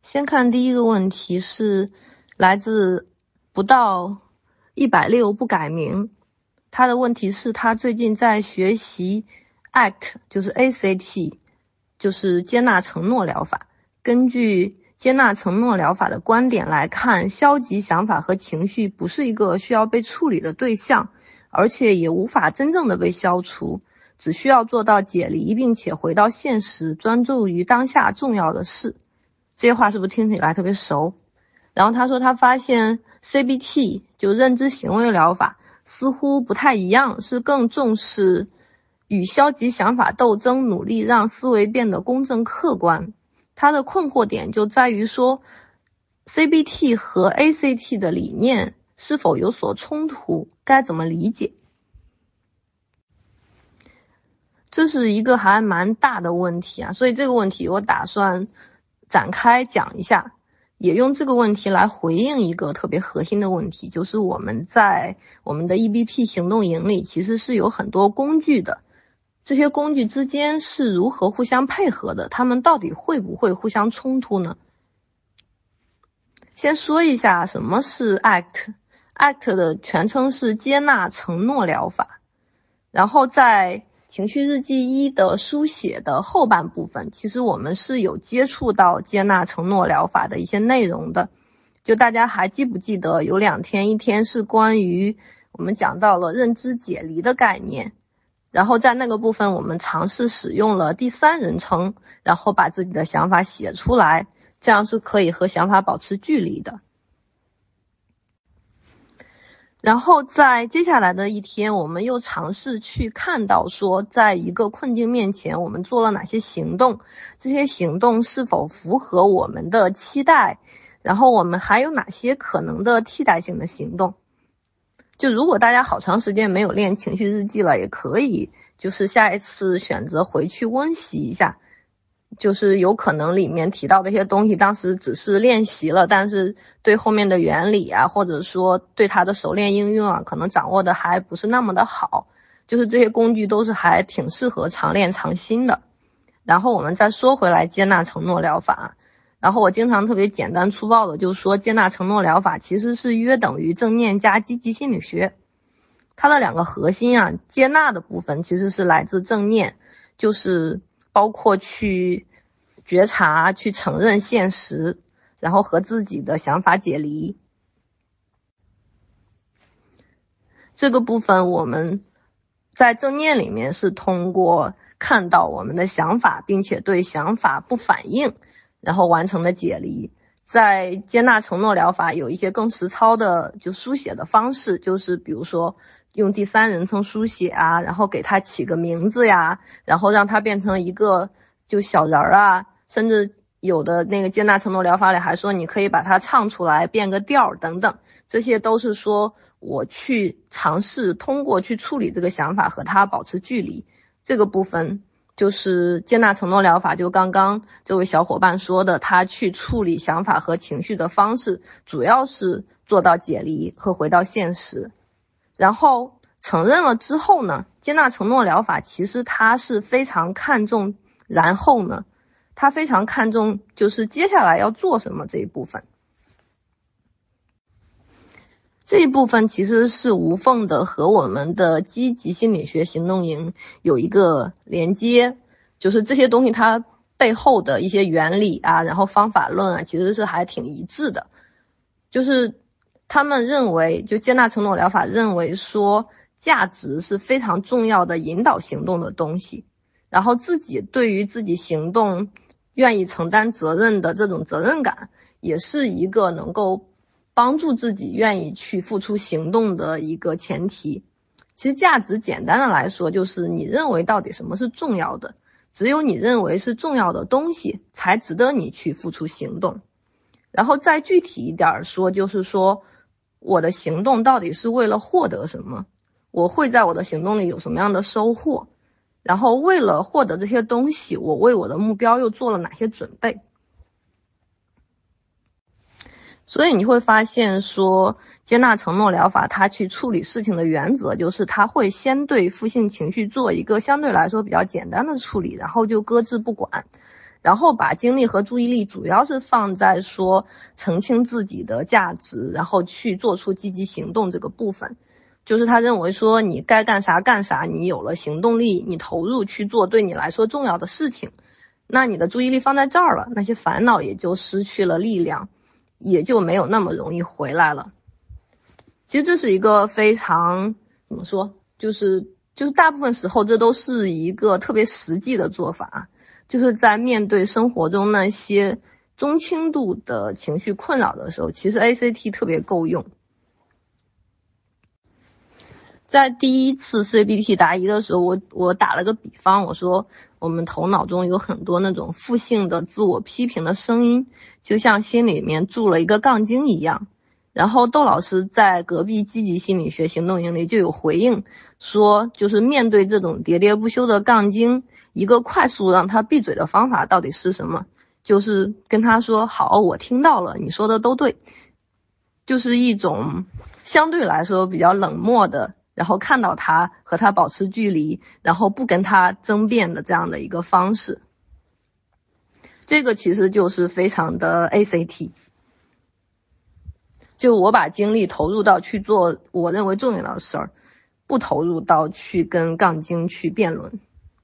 先看第一个问题是来自不到160不改名，他的问题是他最近在学习 ACT， 就是 ACT， 就是接纳承诺疗法。根据接纳承诺疗法的观点来看，消极想法和情绪不是一个需要被处理的对象，而且也无法真正的被消除，只需要做到解离，并且回到现实，专注于当下重要的事。这些话是不是听起来特别熟？然后他说他发现 CBT 就认知行为疗法似乎不太一样，是更重视与消极想法斗争，努力让思维变得公正客观。他的困惑点就在于说 CBT 和 ACT 的理念是否有所冲突，该怎么理解？这是一个还蛮大的问题啊，所以这个问题我打算展开讲一下，也用这个问题来回应一个特别核心的问题，就是我们在我们的 EBP 行动营里其实是有很多工具的，这些工具之间是如何互相配合的，它们到底会不会互相冲突呢？先说一下什么是 ACT 的全称是接纳承诺疗法，然后在情绪日记1的书写的后半部分，其实我们是有接触到接纳承诺疗法的一些内容的。就大家还记不记得有2天，一天是关于我们讲到了认知解离的概念，然后在那个部分我们尝试使用了第三人称，然后把自己的想法写出来，这样是可以和想法保持距离的。然后在接下来的一天，我们又尝试去看到说，在一个困境面前我们做了哪些行动，这些行动是否符合我们的期待，然后我们还有哪些可能的替代性的行动。就如果大家好长时间没有练情绪日记了，也可以就是下一次选择回去温习一下，就是有可能里面提到的一些东西当时只是练习了，但是对后面的原理啊，或者说对它的熟练应用啊，可能掌握的还不是那么的好，就是这些工具都是还挺适合常练常新的。然后我们再说回来接纳承诺疗法，然后我经常特别简单粗暴的就说接纳承诺疗法其实是约等于正念加积极心理学。它的2个核心啊，接纳的部分其实是来自正念，就是包括去觉察，去承认现实，然后和自己的想法解离。这个部分我们在正念里面是通过看到我们的想法，并且对想法不反应，然后完成的解离。在接纳承诺疗法有一些更实操的就书写的方式，就是比如说用第三人称书写啊，然后给它起个名字呀，然后让它变成一个就小人儿啊，甚至有的那个接纳承诺疗法里还说你可以把它唱出来变个调等等，这些都是说我去尝试通过去处理这个想法和它保持距离。这个部分就是接纳承诺疗法，就刚刚这位小伙伴说的，他去处理想法和情绪的方式主要是做到解离和回到现实。然后承认了之后呢，接纳承诺疗法其实它是非常看重然后呢，他非常看重就是接下来要做什么这一部分。这一部分其实是无缝的和我们的积极心理学行动营有一个连接，就是这些东西它背后的一些原理啊，然后方法论啊，其实是还挺一致的。就是他们认为，就接纳承诺疗法认为说，价值是非常重要的引导行动的东西，然后自己对于自己行动愿意承担责任的这种责任感，也是一个能够帮助自己愿意去付出行动的一个前提。其实价值简单的来说，就是你认为到底什么是重要的，只有你认为是重要的东西才值得你去付出行动。然后再具体一点说，就是说我的行动到底是为了获得什么，我会在我的行动里有什么样的收获，然后为了获得这些东西，我为我的目标又做了哪些准备。所以你会发现说，接纳承诺疗法它去处理事情的原则就是它会先对负性情绪做一个相对来说比较简单的处理，然后就搁置不管， 然后把精力和注意力主要是放在说澄清自己的价值，然后去做出积极行动这个部分。就是他认为说你该干啥干啥，你有了行动力，你投入去做对你来说重要的事情，那你的注意力放在这儿了，那些烦恼也就失去了力量，也就没有那么容易回来了。其实这是一个非常怎么说，就是大部分时候这都是一个特别实际的做法，就是在面对生活中那些中轻度的情绪困扰的时候，其实 ACT 特别够用。在第一次 CBT 答疑的时候，我打了个比方，我说我们头脑中有很多那种负性的自我批评的声音，就像心里面住了一个杠精一样。然后窦老师在隔壁积极心理学行动营里就有回应说，就是面对这种喋喋不休的杠精，一个快速让他闭嘴的方法到底是什么？就是跟他说，好，我听到了，你说的都对。就是一种相对来说比较冷漠的，然后看到他和他保持距离，然后不跟他争辩的这样的一个方式。这个其实就是非常的 ACT， 就我把精力投入到去做我认为重要的事儿，不投入到去跟杠精去辩论。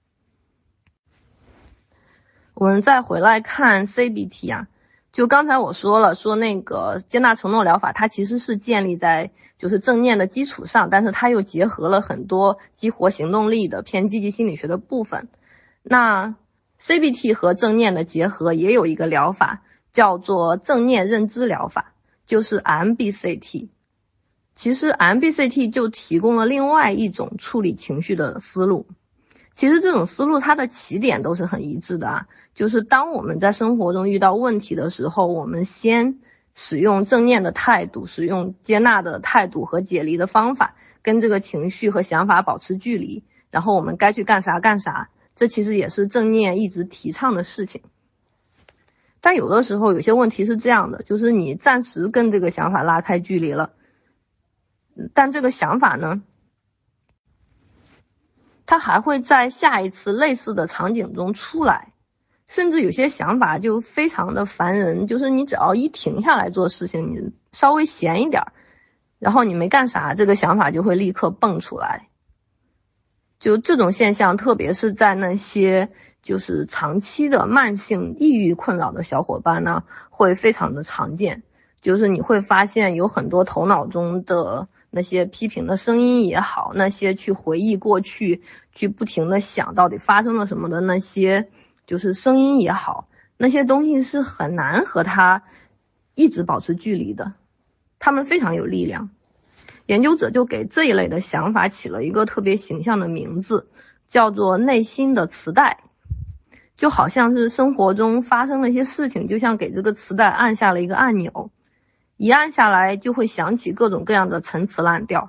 我们再回来看 CBT 啊，就刚才我说了，说那个接纳承诺疗法，它其实是建立在就是正念的基础上，但是它又结合了很多激活行动力的偏积极心理学的部分。那 CBT 和正念的结合也有一个疗法，叫做正念认知疗法，就是 MBCT。其实 MBCT 就提供了另外一种处理情绪的思路。其实这种思路它的起点都是很一致的啊，就是当我们在生活中遇到问题的时候，我们先使用正念的态度，使用接纳的态度和解离的方法，跟这个情绪和想法保持距离，然后我们该去干啥干啥，这其实也是正念一直提倡的事情。但有的时候有些问题是这样的，就是你暂时跟这个想法拉开距离了，但这个想法呢，它还会在下一次类似的场景中出来，甚至有些想法就非常的烦人，就是你只要一停下来做事情，你稍微闲一点，然后你没干啥，这个想法就会立刻蹦出来。就这种现象，特别是在那些就是长期的慢性抑郁困扰的小伙伴呢，会非常的常见。就是你会发现有很多头脑中的那些批评的声音也好，那些去回忆过去，去不停的想到底发生了什么的那些就是声音也好，那些东西是很难和他一直保持距离的，他们非常有力量。研究者就给这一类的想法起了一个特别形象的名字，叫做内心的磁带。就好像是生活中发生了一些事情，就像给这个磁带按下了一个按钮，一按下来就会响起各种各样的陈词滥调。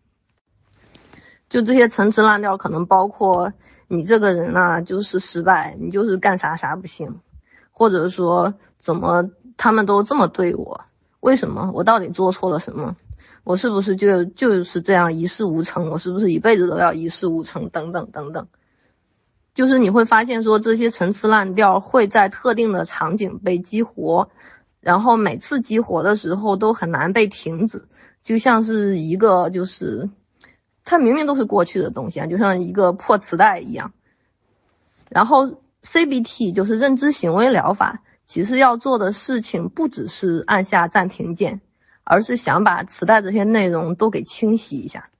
就这些陈词滥调可能包括你这个人啊就是失败，你就是干啥啥不行，或者说怎么他们都这么对我，为什么我到底做错了什么，我是不是就是这样一事无成，我是不是一辈子都要一事无成，等等等等。就是你会发现说这些陈词滥调会在特定的场景被激活，然后每次激活的时候都很难被停止，就像是一个就是它明明都是过去的东西啊，就像一个破磁带一样。然后 CBT 就是认知行为疗法，其实要做的事情不只是按下暂停键，而是想把磁带这些内容都给清洗一下。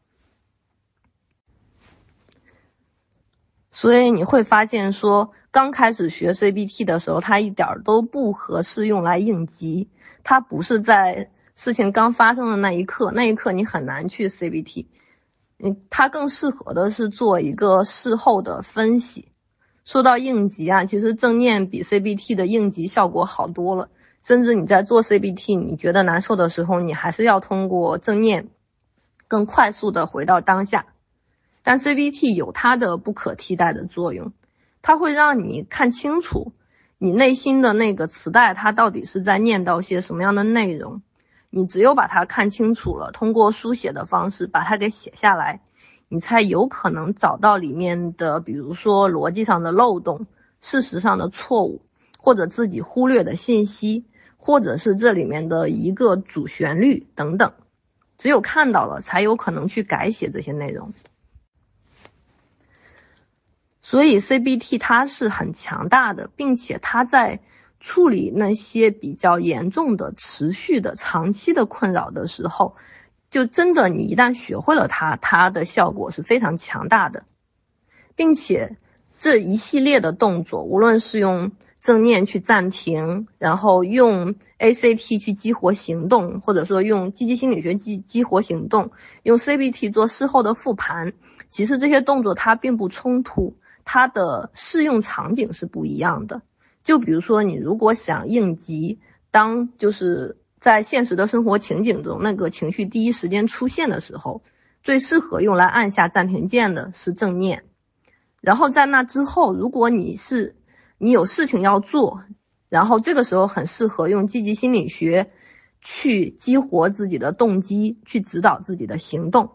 所以你会发现说，刚开始学 CBT 的时候，它一点都不合适用来应急，它不是在事情刚发生的那一刻你很难去 CBT， 它更适合的是做一个事后的分析。说到应急啊，其实正念比 CBT 的应急效果好多了，甚至你在做 CBT 你觉得难受的时候，你还是要通过正念更快速的回到当下。但 CBT 有它的不可替代的作用，它会让你看清楚你内心的那个磁带它到底是在念叨些什么样的内容。你只有把它看清楚了，通过书写的方式把它给写下来，你才有可能找到里面的比如说逻辑上的漏洞， 事实上的错误，或者自己忽略的信息，或者是这里面的一个主旋律等等。只有看到了，才有可能去改写这些内容。所以 CBT 它是很强大的，并且它在处理那些比较严重的、持续的、长期的困扰的时候，就真的你一旦学会了它，它的效果是非常强大的。并且这一系列的动作，无论是用正念去暂停，然后用 ACT 去激活行动，或者说用积极心理学激活行动，用 CBT 做事后的复盘，其实这些动作它并不冲突，它的适用场景是不一样的。就比如说你如果想应急，当就是在现实的生活情景中那个情绪第一时间出现的时候，最适合用来按下暂停键的是正念。然后在那之后，如果你有事情要做，然后这个时候很适合用积极心理学去激活自己的动机，去指导自己的行动。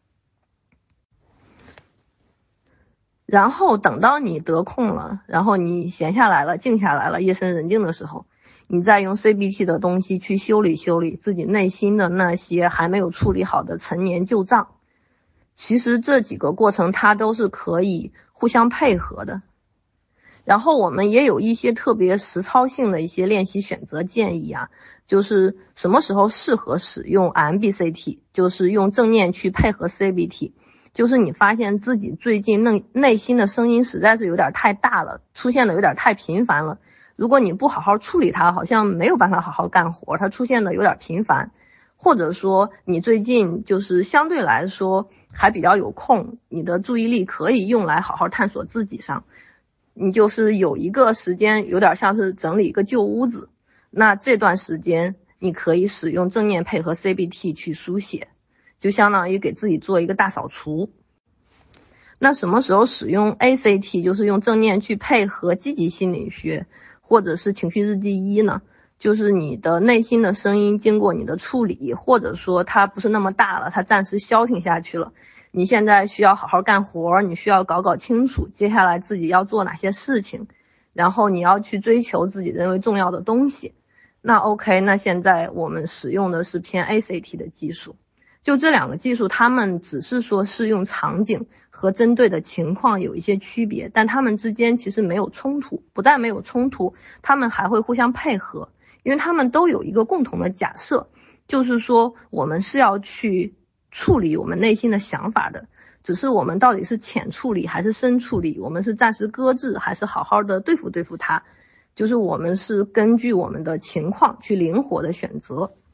然后等到你得空了，然后你闲下来了，静下来了，夜深人静的时候，你再用 CBT 的东西去修理自己内心的那些还没有处理好的陈年旧账。其实这几个过程它都是可以互相配合的。然后我们也有一些特别实操性的一些练习选择建议啊，就是什么时候适合使用 MBCT， 就是用正念去配合 CBT。就是你发现自己最近内心的声音实在是有点太大了，出现的有点太频繁了，如果你不好好处理它，好像没有办法好好干活，它出现的有点频繁。或者说你最近就是相对来说还比较有空，你的注意力可以用来好好探索自己上，你就是有一个时间有点像是整理一个旧屋子，那这段时间你可以使用正念配合 CBT 去书写，就相当于给自己做一个大扫除。那什么时候使用 ACT， 就是用正念去配合积极心理学或者是情绪日记1呢？就是你的内心的声音经过你的处理，或者说它不是那么大了，它暂时消停下去了，你现在需要好好干活，你需要搞清楚接下来自己要做哪些事情，然后你要去追求自己认为重要的东西。那 OK， 那现在我们使用的是偏 ACT 的技术。就这两个技术，它们只是说适用场景和针对的情况有一些区别，但它们之间其实没有冲突，不但没有冲突，它们还会互相配合。因为他们都有一个共同的假设，就是说我们是要去处理我们内心的想法的，只是我们到底是浅处理还是深处理，我们是暂时搁置还是好好的对付它，就是我们是根据我们的情况去灵活的选择。